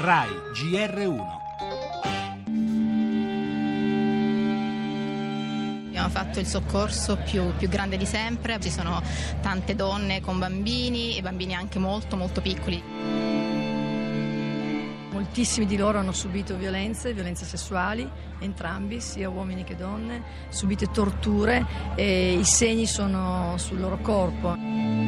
RAI GR1. Abbiamo fatto il soccorso più grande di sempre, ci sono tante donne con bambini e bambini anche molto piccoli. Moltissimi di loro hanno subito violenze sessuali, entrambi, sia uomini che donne, subite torture e i segni sono sul loro corpo.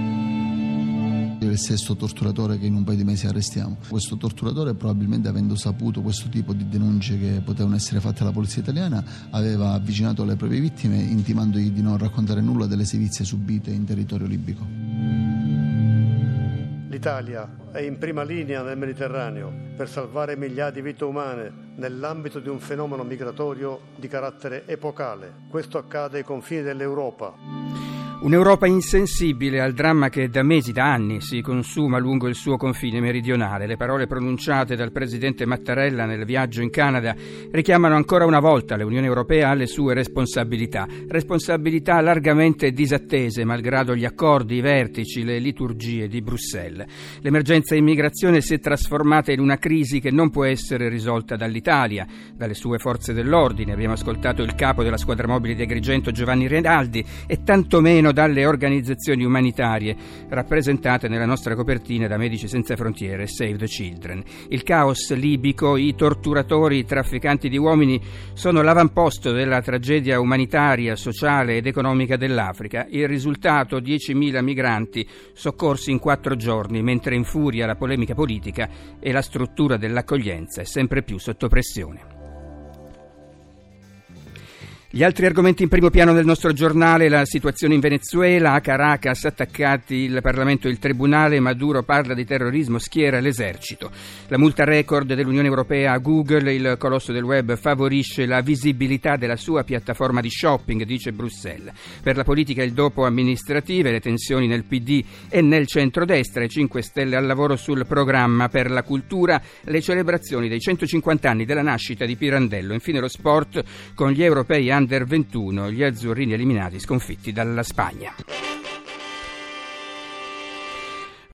Il sesto torturatore che in un paio di mesi arrestiamo. Questo torturatore, probabilmente avendo saputo questo tipo di denunce che potevano essere fatte alla polizia italiana, aveva avvicinato le proprie vittime intimandogli di non raccontare nulla delle sevizie subite in territorio libico. L'Italia è in prima linea nel Mediterraneo per salvare migliaia di vite umane nell'ambito di un fenomeno migratorio di carattere epocale. Questo accade ai confini dell'Europa. Un'Europa insensibile al dramma che da mesi, da anni, si consuma lungo il suo confine meridionale. Le parole pronunciate dal presidente Mattarella nel viaggio in Canada richiamano ancora una volta l'Unione Europea alle sue responsabilità largamente disattese malgrado gli accordi, i vertici, le liturgie di Bruxelles. L'emergenza immigrazione si è trasformata in una crisi che non può essere risolta dall'Italia, dalle sue forze dell'ordine. Abbiamo ascoltato il capo della squadra mobile di Agrigento, Giovanni Rinaldi, e tantomeno dalle organizzazioni umanitarie rappresentate nella nostra copertina da Medici Senza Frontiere e Save the Children. Il caos libico, i torturatori, i trafficanti di uomini sono l'avamposto della tragedia umanitaria, sociale ed economica dell'Africa. Il risultato: 10.000 migranti soccorsi in 4 giorni, mentre infuria la polemica politica e la struttura dell'accoglienza è sempre più sotto pressione. Gli altri argomenti in primo piano del nostro giornale: la situazione in Venezuela, a Caracas attaccati il Parlamento e il Tribunale, Maduro parla di terrorismo, schiera l'esercito. La multa record dell'Unione Europea a Google, il colosso del web favorisce la visibilità della sua piattaforma di shopping, dice Bruxelles. Per la politica il dopo amministrative, le tensioni nel PD e nel centrodestra, i 5 Stelle al lavoro sul programma. Per la cultura, le celebrazioni dei 150 anni della nascita di Pirandello. Infine lo sport con gli europei Under 21, gli azzurrini eliminati, sconfitti dalla Spagna.